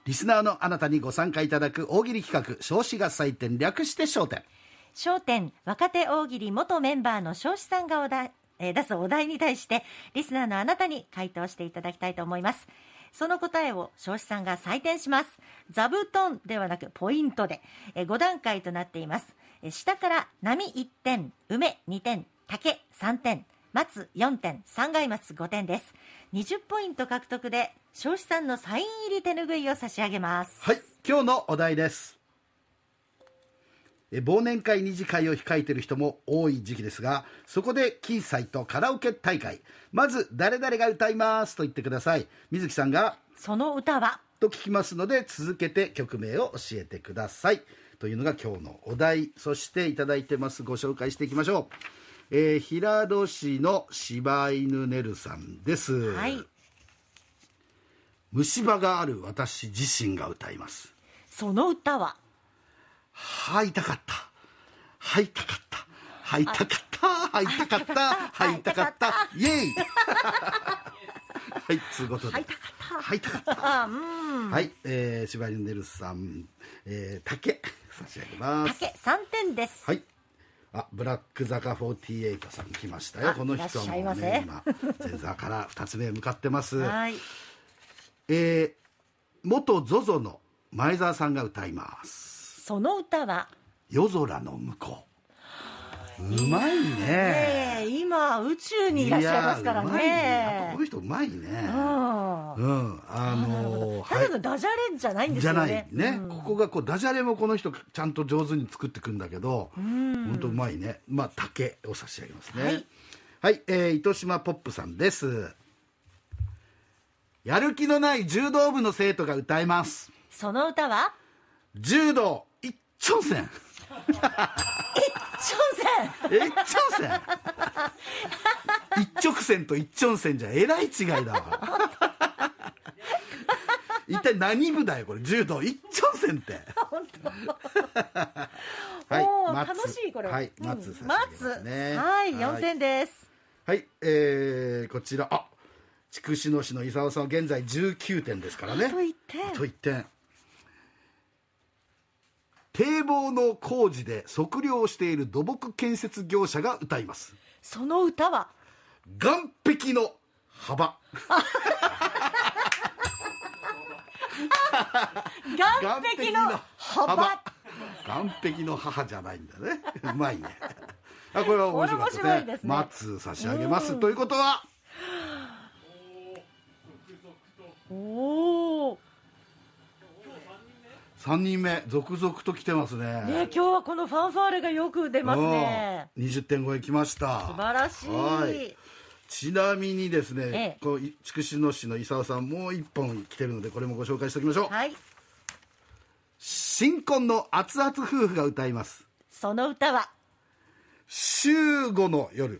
リスナーのあなたにご参加いただく大喜利企画、少子合祭典、略して笑点。 笑点若手大喜利元メンバーの少子さんが出すお題に対してリスナーのあなたに回答していただきたいと思います。その答えを少子さんが採点します。座布団ではなくポイントで5段階となっています。下から波1点、梅2点、竹3点、松4点、三階松5点です。20ポイント獲得で少子さんのサイン入り手ぬぐいを差し上げます。 はい、今日のお題です。忘年会二次会を控えている人も多い時期ですが、そこで金祭とカラオケ大会、まず誰々が歌いますと言ってください。水木さんがその歌はと聞きますので、続けて曲名を教えてくださいというのが今日のお題。そしていただいてます。ご紹介していきましょう。平戸市の柴犬ねるさんです。 はい。 虫歯がある私自身が歌います。 その歌は会いたかった、会いたかった、会いたかった、会いたかった、会いたかった、イエイはい、ということで会いたかった、 会いたかったはい、柴犬ねるさん、竹差し上げます。 竹3点です。 はい。ブラック坂48さん来ましたよ。この人はもうね、今前座から2つ目向かってます。 はい。 元 ZOZO の前澤さんが歌います。 その歌は夜空の向こう。うまいね。 今宇宙にいらっしゃいますからね。 うまいね。やっぱこの人うまいね。 ただのダジャレじゃないんですよね。 じゃないね。ここがこうダジャレもこの人ちゃんと上手に作ってくんだけど、本当うまいね。竹を差し上げますね。はい、糸島ポップさんです。やる気のない柔道部の生徒が歌います。 その歌は柔道一直線。 一直線と一直線じゃえらい違いだわ一体何部だよこれ、柔道一直線って本当はい、 楽しいこれ。 はい、松差し上げますね。 はい、4点です。 はい、こちら筑紫野市の伊沢さんは現在19点ですからね。 あと1点。 あと1点。堤防の工事で測量している土木建設業者が歌います。 その歌は岸壁の幅岸壁の幅。 岸壁の母じゃないんだね。うまいね。これは面白かったですね。松差し上げます。ということは3人目続々と来てますね。 今日はこのファンファーレがよく出ますね。 20点超え来ました。 素晴らしい。 ちなみにですね、筑紫野市の伊沢さんもう1本来てるので、これもご紹介しておきましょう。 はい。 新婚の熱々夫婦が歌います。 その歌は週5の夜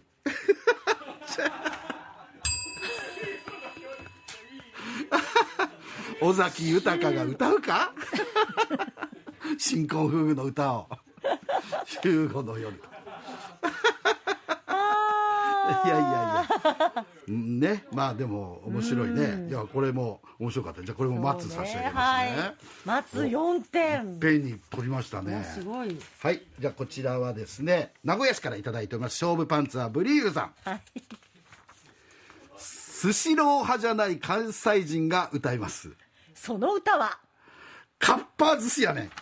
尾崎豊が歌うか新婚夫婦の歌を週5の夜いやね。でも面白いね。いやこれも面白かった。じゃあこれも松差し上げますね。 松4点。 ペンに取りましたね。 すごい。 はい、じゃあこちらはですね、名古屋市からいただいております。勝負パンツァーブリーフさん。スシロー派じゃない関西人が歌います。 その歌はかっぱ寿司やねん。か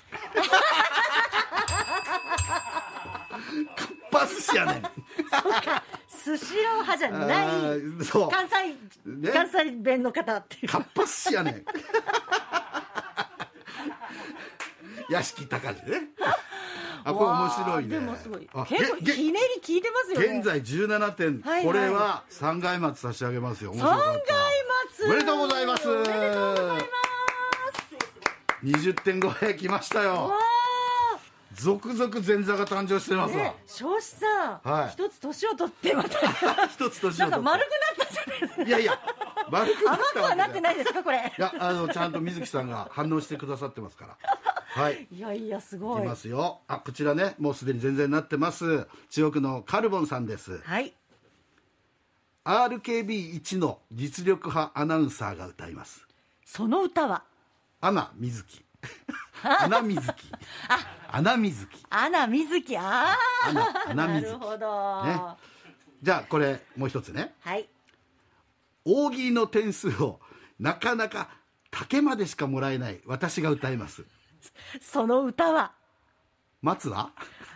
っぱ寿司やねん。 そうか、スシロー派じゃない関西弁の方っていう。 かっぱ寿司やねん。屋敷隆ね。これ面白いね。 でもすごい。結構ひねり効いてますよね。 現在17点。これは三階松差し上げますよ。面白かった。 三階松。 おめでとうございます。 おめでとうございます。 20点超え来ましたよ。続々前座が誕生してますわ。 少子さん、一つ年を取ってまた一つ年を取ってなんか丸くなったじゃないですか。 いやいや丸くなった。 甘くはなってないですかこれ。 いやちゃんと水木さんが反応してくださってますから。はい。 いやすごい。 いきますよ。こちらね、もうすでに全然なってます。中国のカルボンさんです。 はい。 RKB1 の実力派アナウンサーが歌います。 その歌は穴水木穴水木穴水木穴水木、穴水木なるほど、 ね、じゃあこれもう一つね。 はい。 大喜利の点数をなかなか竹までしかもらえない私が歌います。 その歌は松は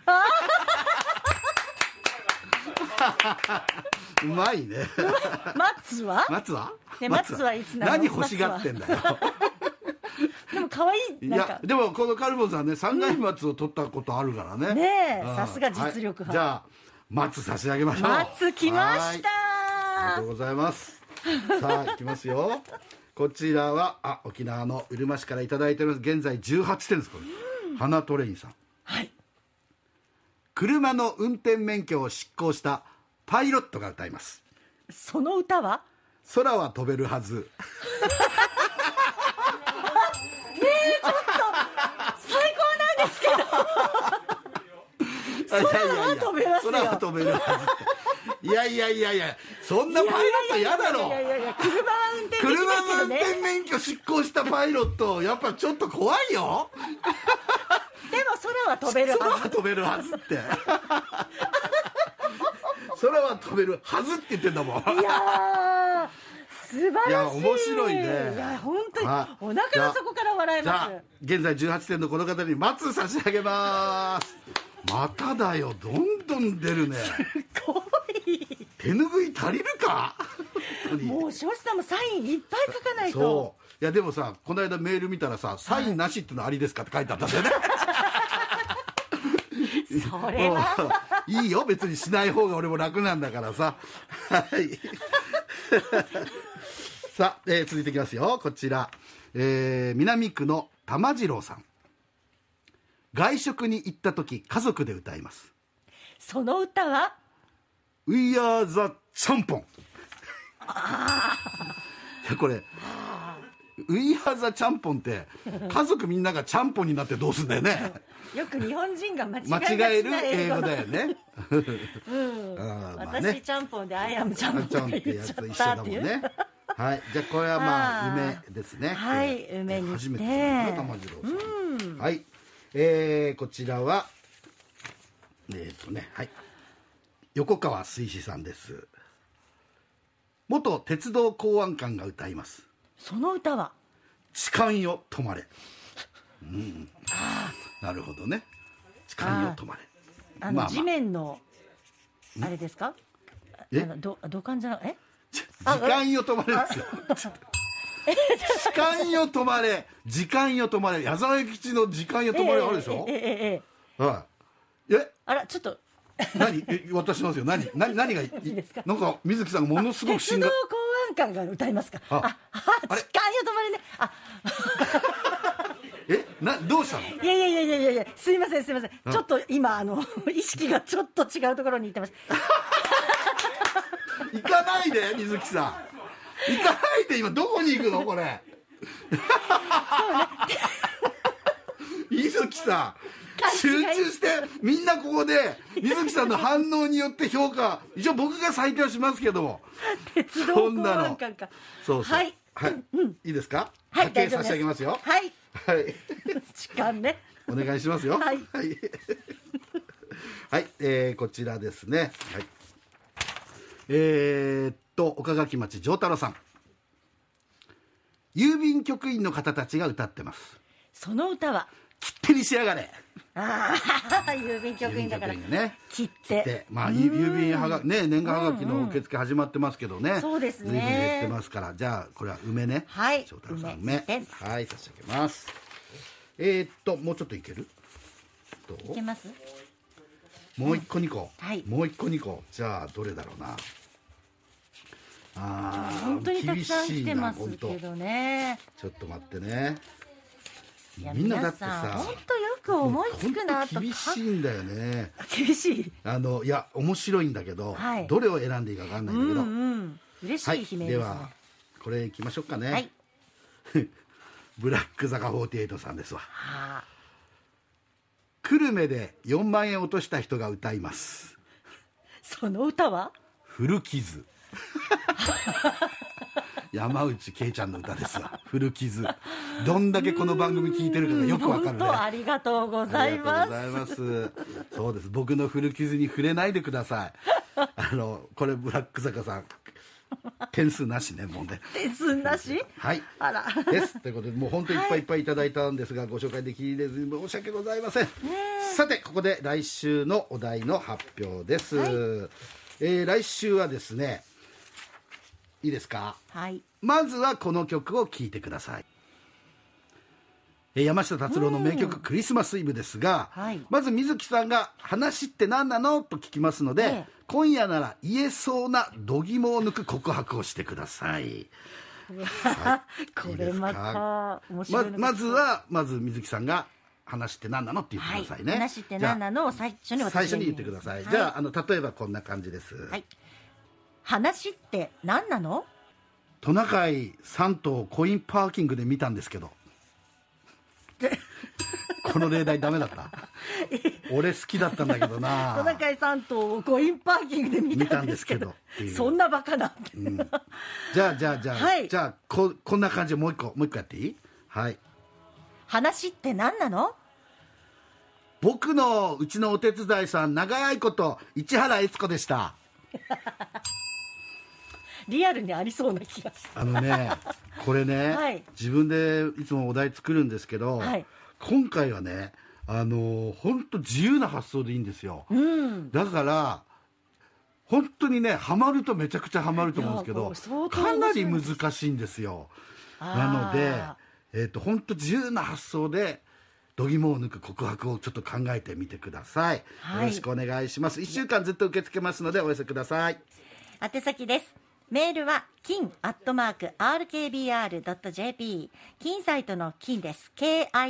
うまいね。 松は松は、 ね、松はいつなの。 何欲しがってんだよ。 でも可愛い。 いやでもこのカルボンさんね、三階松を取ったことあるからね。 ねえ、さすが実力派、 はい、じゃあ松差し上げましょう。 松きました。 ありがとうございます。さあいきますよ。こちらは沖縄のうるま市からいただいております。現在18点です。これ花トレインさん。 はい。 車の運転免許を失効したパイロットが歌います。 その歌は空は飛べるはず。 ねえ、ちょっと最高なんですけど。空は飛べますよ。 空は飛べるはずって。いやいやいやいや、そんなパイロット嫌だろ。 いやいやいや、車は運転できないけどね。 車の運転免許失効したパイロット、やっぱちょっと怖いよ。 でも空は飛べるはず。 空は飛べるはずって。空は飛べるはずって言ってんだもん。 いやー、素晴らしい。 いや面白いね。 いや本当にお腹の底から笑えます。 現在18点のこの方に松差し上げます。まただよ、どんどん出るね。 すごい。 手ぬぐい足りるか。 もう庄司さんもサインいっぱい書かないと。 そういやでもさ、この間メール見たらさ、サインなしってのありですかって書いてあったんだよね。 それはいいよ、別にしない方が俺も楽なんだからさ。はいさあ、続いていきますよ。こちら、南区の玉次郎さん。外食に行った時家族で歌います。 その歌は We are the ちゃんぽん。これWe are the ちゃんぽんって家族みんながちゃんぽんになってどうすんだよね。 よく日本人が間違える英語だよね。 私ちゃんぽんでアイアムちゃんぽんって言っちゃったっていう。 はい、じゃあこれはまあ梅ですね。 はい、梅に初めてですね、玉次郎さん。はい、こちらははい、横川水志さんです。元鉄道公安官が歌います。 その歌は痴漢よ止まれ。なるほどね。痴漢よ止まれ。 地面のあれですか？土管じゃない？ 時間よ止まれですよ。時間よ止まれ、時間よ止まれ、矢沢永吉の時間よ止まれあるでしょ。はい。 あら、ちょっと何渡しますよ。何がいいですか？なんか水木さんがものすごく鉄道公安官が歌いますか？時間よ止まれね。 どうしたの？ いや、すいません。ちょっと今意識がちょっと違うところに行ってます。 行かないで、水木さん。行かないで、今どこに行くのこれ。水木さん、集中して、みんなここで水木さんの反応によって評価、一応僕が採点しますけども。 鉄道公安官か。 そうはい、いいですか？ はい、 大丈夫です。差し上げますよ。 はい。時間ね。 お願いしますよ。 はい。 はい、こちらですね。はい。岡垣町丈太郎さん。郵便局員の方たちが歌ってます。 その歌は切手にしやがれ。 郵便局員だからね。 切手。 まあ郵便はがね、年賀はがきの受付始まってますけどね。 そうですね。 随分減ってますから、じゃあこれは梅ね。 はい。 丈太郎さん梅。はい、差し上げます。もうちょっといける？どう？ いけます？ もう一個2個。 はい。 もう一個2個。じゃあどれだろうな。 本当にたくさん来てますけどね。 ちょっと待ってね。 みんなだってさ、本当よく思いつくなと。 厳しいんだよね。 厳しい。 いや面白いんだけど、どれを選んでいいか分かんないんだけど。 嬉しい悲鳴ですね。 ではこれいきましょうかね。 はい。 ブラック坂48さんですわ。久留米で4万円落とした人が歌います。 その歌は古傷。 山内圭ちゃんの歌ですわ。古傷。どんだけこの番組聞いてるかがよくわかるね。 本当ありがとうございます。 ありがとうございます。そうです。僕の古傷に触れないでください。これブラック坂さん点数なしね、もうね。 点数なし。 はい。 あら。 です。ということで、もう本当にいっぱいいっぱいいただいたんですが、ご紹介できれずに申し訳ございません。さて、ここで来週のお題の発表です。来週はですね、いいですか。 はい。 まずはこの曲を聴いてください。山下達郎の名曲クリスマスイブですが、まず水木さんが話って何なのと聞きますので、今夜なら言えそうな度肝を抜く告白をしてください。 これまた面白い。 まず水木さんが話って何なのって言ってくださいね。 話って何なのを最初に言ってください。じゃあ、例えばこんな感じです。 話って何なの？ トナカイ3頭コインパーキングで見たんですけど。この例題ダメだった？俺好きだったんだけどな。 トナカイ3頭をコインパーキングで見たんですけどそんなバカなって、 じゃあこんな感じでもう一個やっていい？はい。 話って何なの？ 僕のうちのお手伝いさん長いこと市原悦子でした。 リアルにありそうな気がした。 これね、自分でいつもお題作るんですけど、今回はね、本当自由な発想でいいんですよ。だから本当にね、ハマるとめちゃくちゃハマると思うんですけど、かなり難しいんですよ。なので、本当自由な発想で度肝を抜く告白をちょっと考えてみてください。よろしくお願いします。1週間ずっと受け付けますのでお寄せください。 宛先です。メールはkin@rkbr.jp、 金サイトの金です。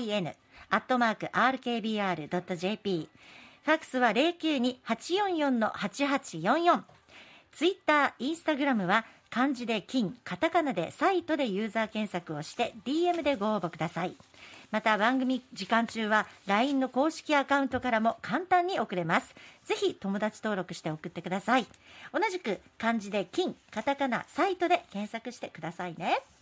kin@rkbr.jp。 ファックスは 092-844-8844。 ツイッター、インスタグラムは漢字で金、カタカナでサイトでユーザー検索をして DM でご応募ください。また番組時間中は LINE の公式アカウントからも簡単に送れます。ぜひ友達登録して送ってください。同じく漢字で金、カタカナ、サイトで検索してくださいね。